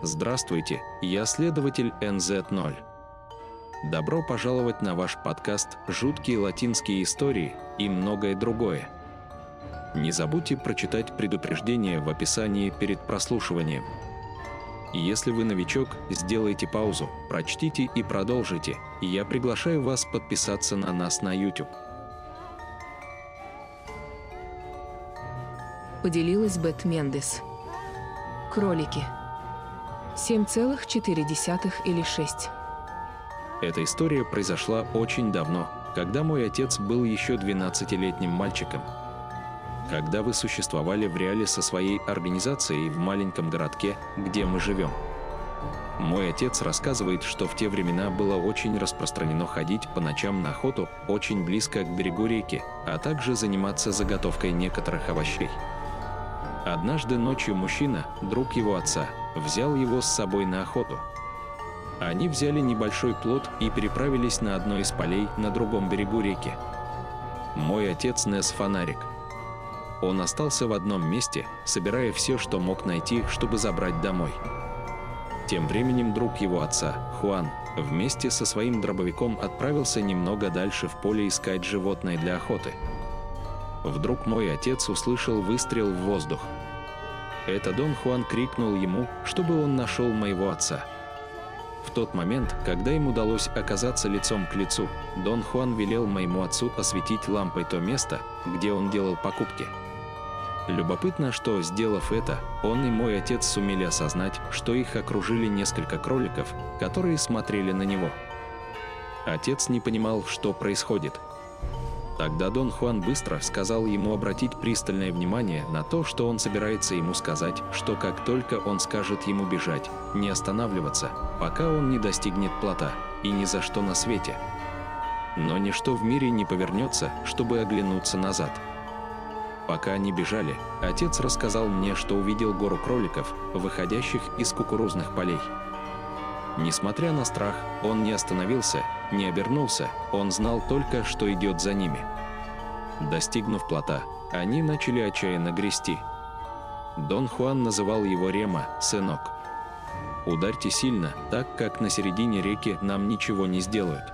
Здравствуйте, я следователь NZ0. Добро пожаловать на ваш подкаст «Жуткие латинские истории» и многое другое. Не забудьте прочитать предупреждение в описании перед прослушиванием. Если вы новичок, сделайте паузу, прочтите и продолжите, и я приглашаю вас подписаться на нас на YouTube. Поделилась Бет Мендес. Кролики. 7,4 или 6. Эта история произошла очень давно, когда мой отец был еще 12-летним мальчиком. Когда вы существовали в реале со своей организацией в маленьком городке, где мы живем. Мой отец рассказывает, что в те времена было очень распространено ходить по ночам на охоту очень близко к берегу реки, а также заниматься заготовкой некоторых овощей. Однажды ночью мужчина, друг его отца, взял его с собой на охоту. Они взяли небольшой плот и переправились на одно из полей на другом берегу реки. Мой отец нес фонарик. Он остался в одном месте, собирая все, что мог найти, чтобы забрать домой. Тем временем друг его отца, Хуан, вместе со своим дробовиком отправился немного дальше в поле искать животное для охоты. Вдруг мой отец услышал выстрел в воздух. Это Дон Хуан крикнул ему, чтобы он нашел моего отца. В тот момент, когда им удалось оказаться лицом к лицу, Дон Хуан велел моему отцу осветить лампой то место, где он делал покупки. Любопытно, что, сделав это, он и мой отец сумели осознать, что их окружили несколько кроликов, которые смотрели на него. Отец не понимал, что происходит. Тогда Дон Хуан быстро сказал ему обратить пристальное внимание на то, что он собирается ему сказать, что как только он скажет ему бежать, не останавливаться, пока он не достигнет плота, и ни за что на свете. Но ничто в мире не повернется, чтобы оглянуться назад. Пока они бежали, отец рассказал мне, что увидел гору кроликов, выходящих из кукурузных полей. Несмотря на страх, он не остановился, не обернулся, он знал только, что идет за ними. Достигнув плота, они начали отчаянно грести. Дон Хуан называл его Рема, сынок. «Ударьте сильно, так как на середине реки нам ничего не сделают».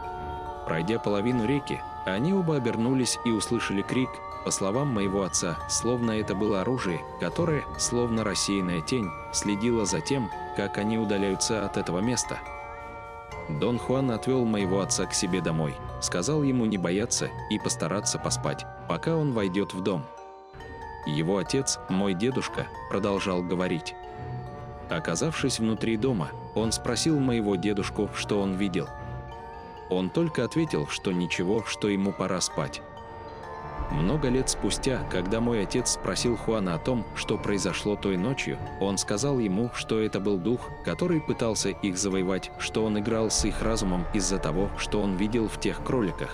Пройдя половину реки, они оба обернулись и услышали крик, по словам моего отца, словно это было оружие, которое, словно рассеянная тень, следило за тем, как они удаляются от этого места. Дон Хуан отвел моего отца к себе домой, сказал ему не бояться и постараться поспать, пока он войдет в дом. Его отец, мой дедушка, продолжал говорить. Оказавшись внутри дома, он спросил моего дедушку, что он видел. Он только ответил, что ничего, что ему пора спать. Много лет спустя, когда мой отец спросил Хуана о том, что произошло той ночью, он сказал ему, что это был дух, который пытался их завоевать, что он играл с их разумом из-за того, что он видел в тех кроликах.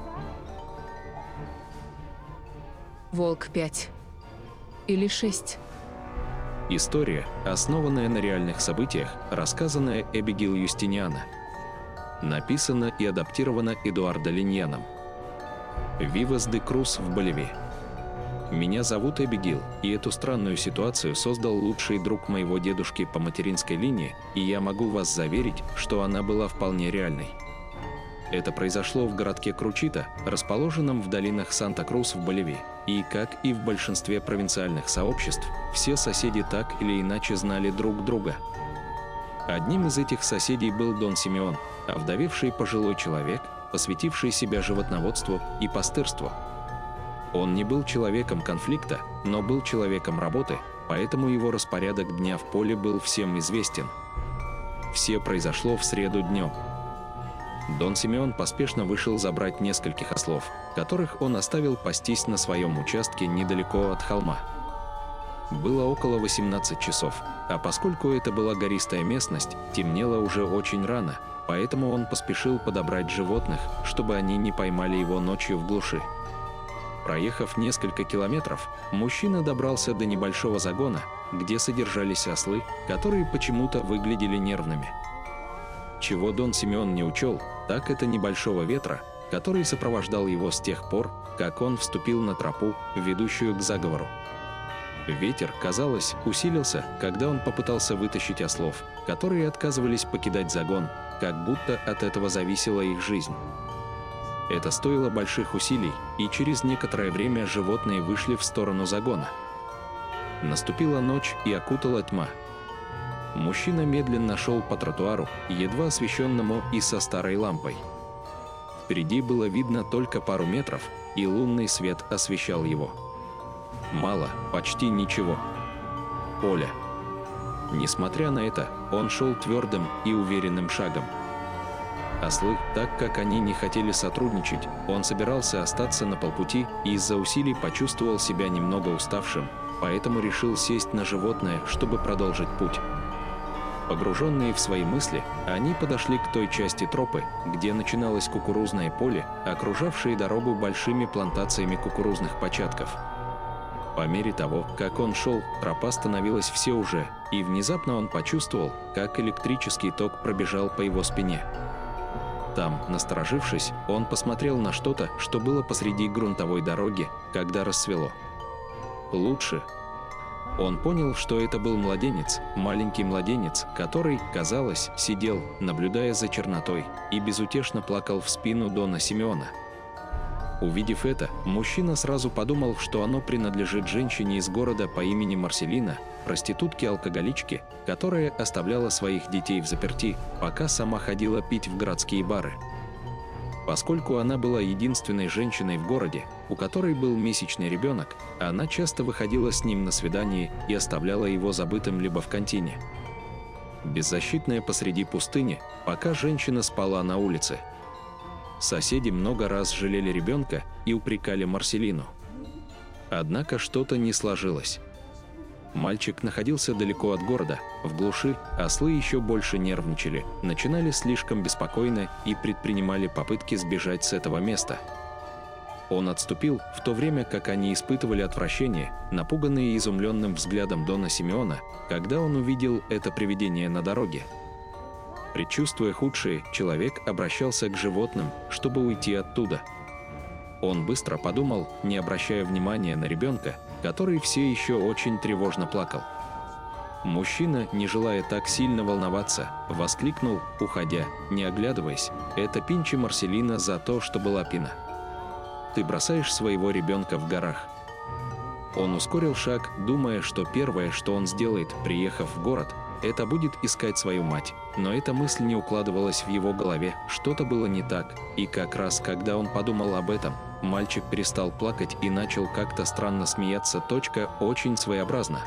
Волк 5. Или 6. История, основанная на реальных событиях, рассказанная Эбигейл Юстиниана. Написана и адаптирована Эдуардо Линьяном. Вивас де Крус в Боливии. Меня зовут Эбигейл, и эту странную ситуацию создал лучший друг моего дедушки по материнской линии, и я могу вас заверить, что она была вполне реальной. Это произошло в городке Кручита, расположенном в долинах Санта-Крус в Боливии, и, как и в большинстве провинциальных сообществ, все соседи так или иначе знали друг друга. Одним из этих соседей был Дон Симеон, овдовевший пожилой человек, посвятивший себя животноводству и пастырству. Он не был человеком конфликта, но был человеком работы, поэтому его распорядок дня в поле был всем известен. Все произошло в среду днем. Дон Симеон поспешно вышел забрать нескольких ослов, которых он оставил пастись на своем участке недалеко от холма. Было около 18 часов, а поскольку это была гористая местность, темнело уже очень рано, поэтому он поспешил подобрать животных, чтобы они не поймали его ночью в глуши. Проехав несколько километров, мужчина добрался до небольшого загона, где содержались ослы, которые почему-то выглядели нервными. Чего Дон Симеон не учел, так это небольшого ветра, который сопровождал его с тех пор, как он вступил на тропу, ведущую к заговору. Ветер, казалось, усилился, когда он попытался вытащить ослов, которые отказывались покидать загон, как будто от этого зависела их жизнь. Это стоило больших усилий, и через некоторое время животные вышли в сторону загона. Наступила ночь и окутала тьма. Мужчина медленно шел по тротуару, едва освещенному и со старой лампой. Впереди было видно только пару метров, и лунный свет освещал его. Мало, почти ничего. Поле. Несмотря на это, он шел твердым и уверенным шагом. Ослы, так как они не хотели сотрудничать, он собирался остаться на полпути и из-за усилий почувствовал себя немного уставшим, поэтому решил сесть на животное, чтобы продолжить путь. Погруженные в свои мысли, они подошли к той части тропы, где начиналось кукурузное поле, окружавшее дорогу большими плантациями кукурузных початков. По мере того, как он шел, тропа становилась все уже, и внезапно он почувствовал, как электрический ток пробежал по его спине. Там, насторожившись, он посмотрел на что-то, что было посреди грунтовой дороги, когда рассвело. Лучше. Он понял, что это был младенец, маленький младенец, который, казалось, сидел, наблюдая за чернотой, и безутешно плакал в спину Дона Симеона. Увидев это, мужчина сразу подумал, что оно принадлежит женщине из города по имени Марселина, проститутке-алкоголичке, которая оставляла своих детей взаперти, пока сама ходила пить в городские бары. Поскольку она была единственной женщиной в городе, у которой был месячный ребенок, она часто выходила с ним на свидание и оставляла его забытым либо в контине. Беззащитная посреди пустыни, пока женщина спала на улице. Соседи много раз жалели ребенка и упрекали Марселину. Однако что-то не сложилось. Мальчик находился далеко от города, в глуши, ослы еще больше нервничали, начинали слишком беспокойно и предпринимали попытки сбежать с этого места. Он отступил, в то время как они испытывали отвращение, напуганные изумленным взглядом Дона Симеона, когда он увидел это привидение на дороге. Предчувствуя худшее, человек обращался к животным, чтобы уйти оттуда. Он быстро подумал, не обращая внимания на ребенка, который все еще очень тревожно плакал. Мужчина, не желая так сильно волноваться, воскликнул, уходя, не оглядываясь: «Это Пинчи Марселина за то, что была пина. Ты бросаешь своего ребенка в горах». Он ускорил шаг, думая, что первое, что он сделает, приехав в город, это будет искать свою мать, но эта мысль не укладывалась в его голове, что-то было не так, и как раз когда он подумал об этом, мальчик перестал плакать и начал как-то странно смеяться, очень своеобразно.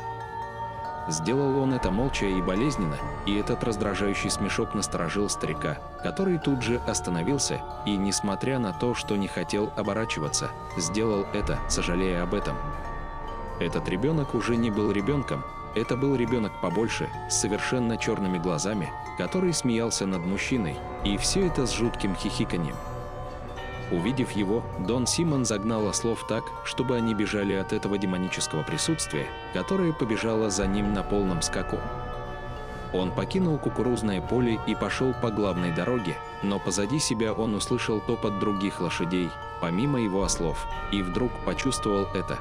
Сделал он это молча и болезненно, и этот раздражающий смешок насторожил старика, который тут же остановился и, несмотря на то, что не хотел оборачиваться, сделал это, сожалея об этом. Этот ребенок уже не был ребенком, это был ребенок побольше, с совершенно черными глазами, который смеялся над мужчиной, и все это с жутким хихиканьем. Увидев его, Дон Симон загнал ослов так, чтобы они бежали от этого демонического присутствия, которое побежало за ним на полном скаку. Он покинул кукурузное поле и пошел по главной дороге, но позади себя он услышал топот других лошадей, помимо его ослов, и вдруг почувствовал это.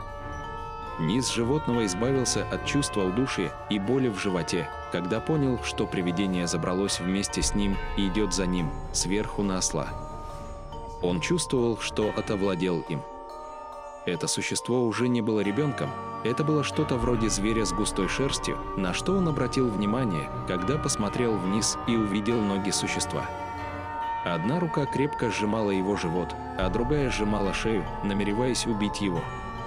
Низ животного избавился от чувства удушья и боли в животе, когда понял, что привидение забралось вместе с ним и идет за ним, сверху на осла. Он чувствовал, что овладел им. Это существо уже не было ребенком, это было что-то вроде зверя с густой шерстью, на что он обратил внимание, когда посмотрел вниз и увидел ноги существа. Одна рука крепко сжимала его живот, а другая сжимала шею, намереваясь убить его.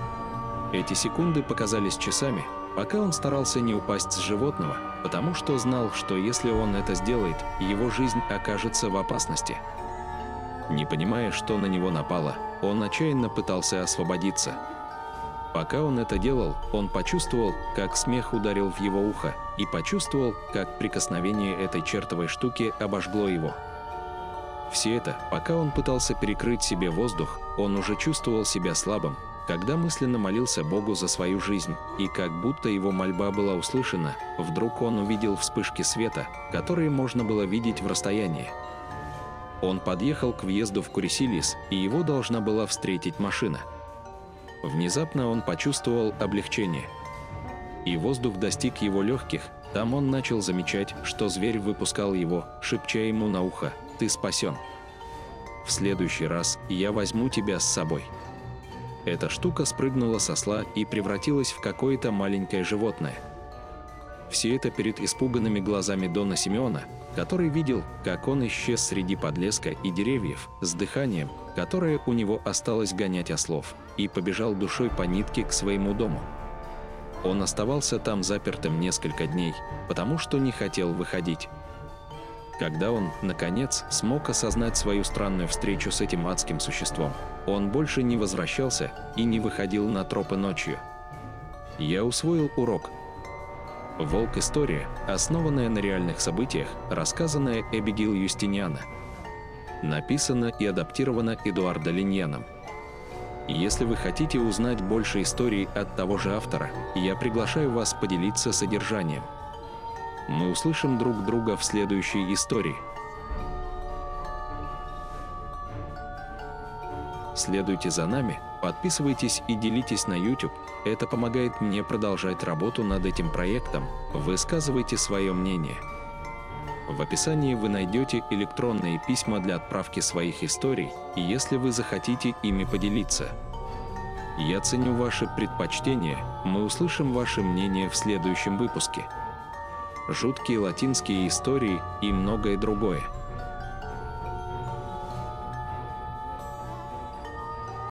Эти секунды показались часами, пока он старался не упасть с животного, потому что знал, что если он это сделает, его жизнь окажется в опасности. Не понимая, что на него напало, он отчаянно пытался освободиться. Пока он это делал, он почувствовал, как смех ударил в его ухо, и почувствовал, как прикосновение этой чертовой штуки обожгло его. Все это, пока он пытался перекрыть себе воздух, он уже чувствовал себя слабым, когда мысленно молился Богу за свою жизнь, и как будто его мольба была услышана, вдруг он увидел вспышки света, которые можно было видеть в расстоянии. Он подъехал к въезду в Курисилис, и его должна была встретить машина. Внезапно он почувствовал облегчение. и воздух достиг его легких, там он начал замечать, что зверь выпускал его, шепча ему на ухо: «Ты спасен. В следующий раз я возьму тебя с собой». Эта штука спрыгнула с осла и превратилась в какое-то маленькое животное. Все это перед испуганными глазами Дона Симеона, который видел, как он исчез среди подлеска и деревьев, с дыханием, которое у него осталось гонять ослов, и побежал душой по нитке к своему дому. Он оставался там запертым несколько дней, потому что не хотел выходить. Когда он, наконец, смог осознать свою странную встречу с этим адским существом, он больше не возвращался и не выходил на тропы ночью. Я усвоил урок. «Волк» — история, основанная на реальных событиях, рассказанная Эбигейл Юстиниана. Написана и адаптирована Эдуардо Линьяном. Если вы хотите узнать больше историй от того же автора, я приглашаю вас поделиться содержанием. Мы услышим друг друга в следующей истории. Следуйте за нами, подписывайтесь и делитесь на YouTube. Это помогает мне продолжать работу над этим проектом. Высказывайте свое мнение. В описании вы найдете электронные письма для отправки своих историй, если вы захотите ими поделиться. Я ценю ваши предпочтения, мы услышим ваше мнение в следующем выпуске. Жуткие латинские истории и многое другое.